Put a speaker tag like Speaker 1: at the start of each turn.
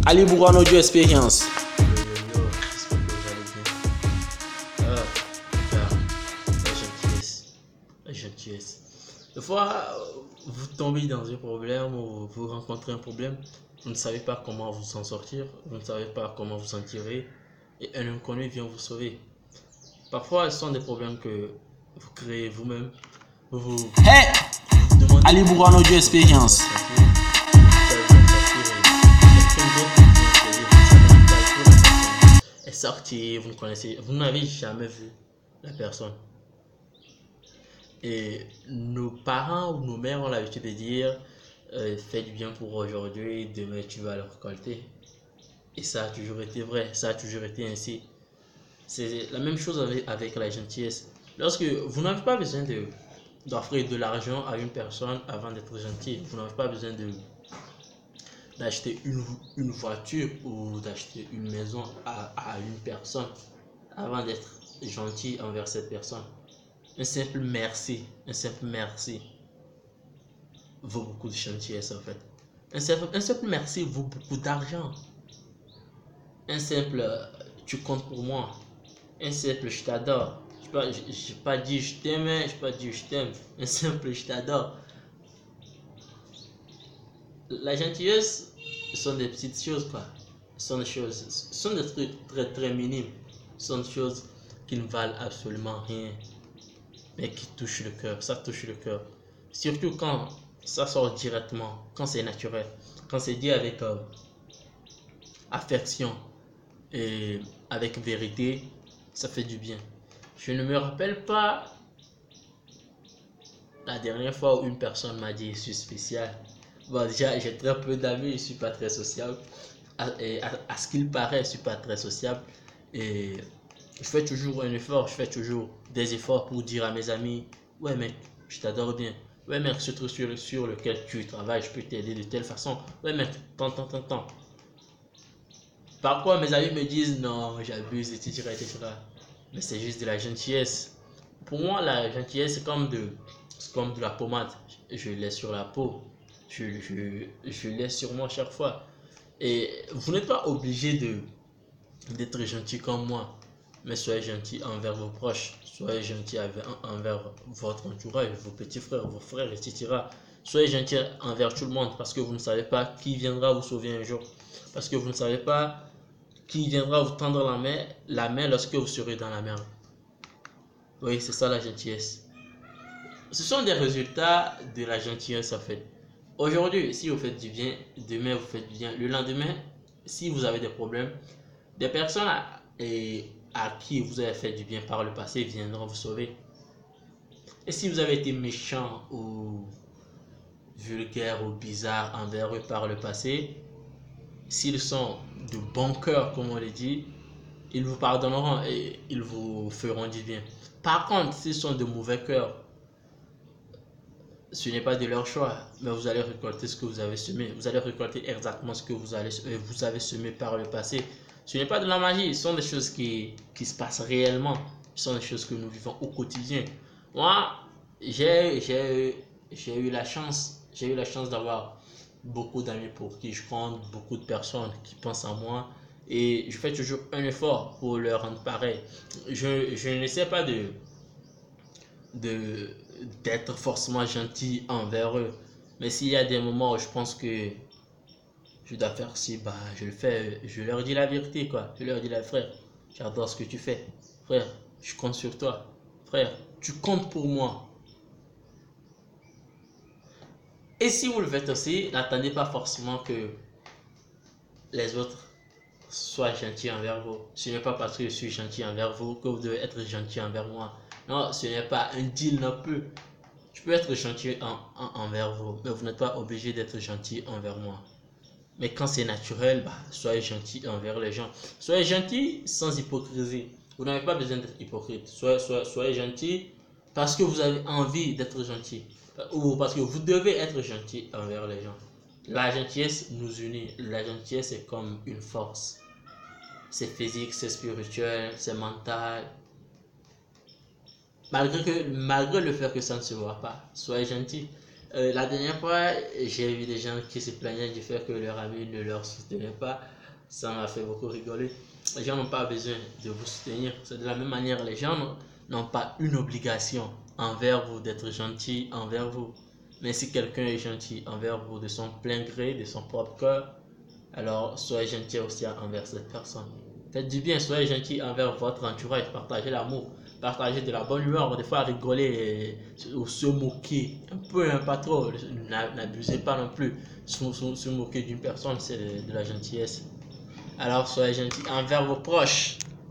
Speaker 1: Ali Bourane Audio Experience.
Speaker 2: Yo, j'espère que vous allez bien. La gentillesse. Des fois, vous tombez dans un problème ou vous rencontrez un problème, vous ne savez pas comment vous en sortir, vous ne savez pas comment vous en tirer, et un inconnu vient vous sauver. Parfois, ce sont des problèmes que vous créez vous-même.
Speaker 1: Hey,
Speaker 2: Vous demandez
Speaker 1: Ali Bourane Audio Experience.
Speaker 2: Est sorti, vous ne connaissez, vous n'avez jamais vu la personne. Et nos parents ou nos mères ont l'habitude de dire fais du bien pour aujourd'hui, demain tu vas le récolter. Et ça a toujours été vrai, ça a toujours été ainsi. C'est la même chose avec la gentillesse. Lorsque vous n'avez pas besoin d'offrir de l'argent à une personne avant d'être gentil, vous n'avez pas besoin d'acheter une voiture ou d'acheter une maison à une personne avant d'être gentil envers cette personne. Un simple merci vaut beaucoup de gentillesse en fait. Un simple merci vaut beaucoup d'argent. Un simple tu comptes pour moi. Un simple je t'adore. Je n'ai pas dit je t'aime, je n'ai pas dit je t'aime. Un simple je t'adore. La gentillesse, ce sont des petites choses quoi. Ce sont des trucs très très minimes. Ce sont des choses qui ne valent absolument rien, mais qui touchent le cœur. Ça touche le cœur. Surtout quand ça sort directement, quand c'est naturel, quand c'est dit avec affection et avec vérité, ça fait du bien. Je ne me rappelle pas la dernière fois où une personne m'a dit je suis spécial. Bon, déjà, j'ai très peu d'amis, je ne suis pas très sociable. À ce qu'il paraît, je ne suis pas très sociable. Et je fais toujours un effort, je fais toujours des efforts pour dire à mes amis ouais, mec, je t'adore bien. Ouais, mec, ce truc sur lequel tu travailles, je peux t'aider de telle façon. Ouais, mec, tant. Parfois, mes amis me disent non, j'abuse, etc., etc. Mais c'est juste de la gentillesse. Pour moi, la gentillesse, c'est comme de la pommade. Je laisse sur la peau. Je laisse sur moi chaque fois. Et vous n'êtes pas obligé d'être gentil comme moi. Mais soyez gentil envers vos proches. Soyez gentil envers votre entourage, vos petits frères, vos frères, etc. Soyez gentil envers tout le monde parce que vous ne savez pas qui viendra vous sauver un jour. Parce que vous ne savez pas qui viendra vous tendre la main lorsque vous serez dans la merde. Oui, c'est ça la gentillesse. Ce sont des résultats de la gentillesse en fait. Aujourd'hui, si vous faites du bien, demain vous faites du bien. Le lendemain, si vous avez des problèmes, des personnes à qui vous avez fait du bien par le passé viendront vous sauver. Et si vous avez été méchant ou vulgaire ou bizarre envers eux par le passé, s'ils sont de bon cœur, comme on le dit, ils vous pardonneront et ils vous feront du bien. Par contre, s'ils sont de mauvais cœur, ce n'est pas de leur choix, mais vous allez récolter ce que vous avez semé. Vous allez récolter exactement ce que vous avez semé par le passé. Ce n'est pas de la magie, ce sont des choses qui se passent réellement. Ce sont des choses que nous vivons au quotidien. Moi, j'ai eu la chance d'avoir beaucoup d'amis pour qui je compte, beaucoup de personnes qui pensent à moi. Et je fais toujours un effort pour leur rendre pareil. Je n'essaie pas d'être forcément gentil envers eux. Mais s'il y a des moments où je pense que je dois faire ci, bah, je le fais. Je leur dis la vérité, quoi. Je leur dis, là, frère, j'adore ce que tu fais. Frère, je compte sur toi. Frère, tu comptes pour moi. Et si vous le faites aussi, n'attendez pas forcément que les autres soient gentils envers vous. Ce n'est pas parce que je suis gentil envers vous que vous devez être gentil envers moi. Non, ce n'est pas un deal non plus. Je peux être gentil envers vous, mais vous n'êtes pas obligé d'être gentil envers moi. Mais quand c'est naturel, bah, soyez gentil envers les gens. Soyez gentil sans hypocrisie. Vous n'avez pas besoin d'être hypocrite. Soyez gentil parce que vous avez envie d'être gentil. Ou parce que vous devez être gentil envers les gens. La gentillesse nous unit. La gentillesse est comme une force. C'est physique, c'est spirituel, c'est mental. Malgré le fait que ça ne se voit pas, soyez gentil. La dernière fois, j'ai vu des gens qui se plaignaient du fait que leur ami ne leur soutenait pas. Ça m'a fait beaucoup rigoler. Les gens n'ont pas besoin de vous soutenir. C'est de la même manière, les gens n'ont pas une obligation envers vous d'être gentil envers vous. Mais si quelqu'un est gentil envers vous de son plein gré, de son propre cœur, alors soyez gentil aussi envers cette personne. Faites du bien, soyez gentil envers votre entourage, partagez l'amour, partagez de la bonne humeur, des fois rigoler ou se moquer, un peu, pas trop, n'abusez pas non plus. Se moquer d'une personne, c'est de la gentillesse. Alors soyez gentil envers vos proches.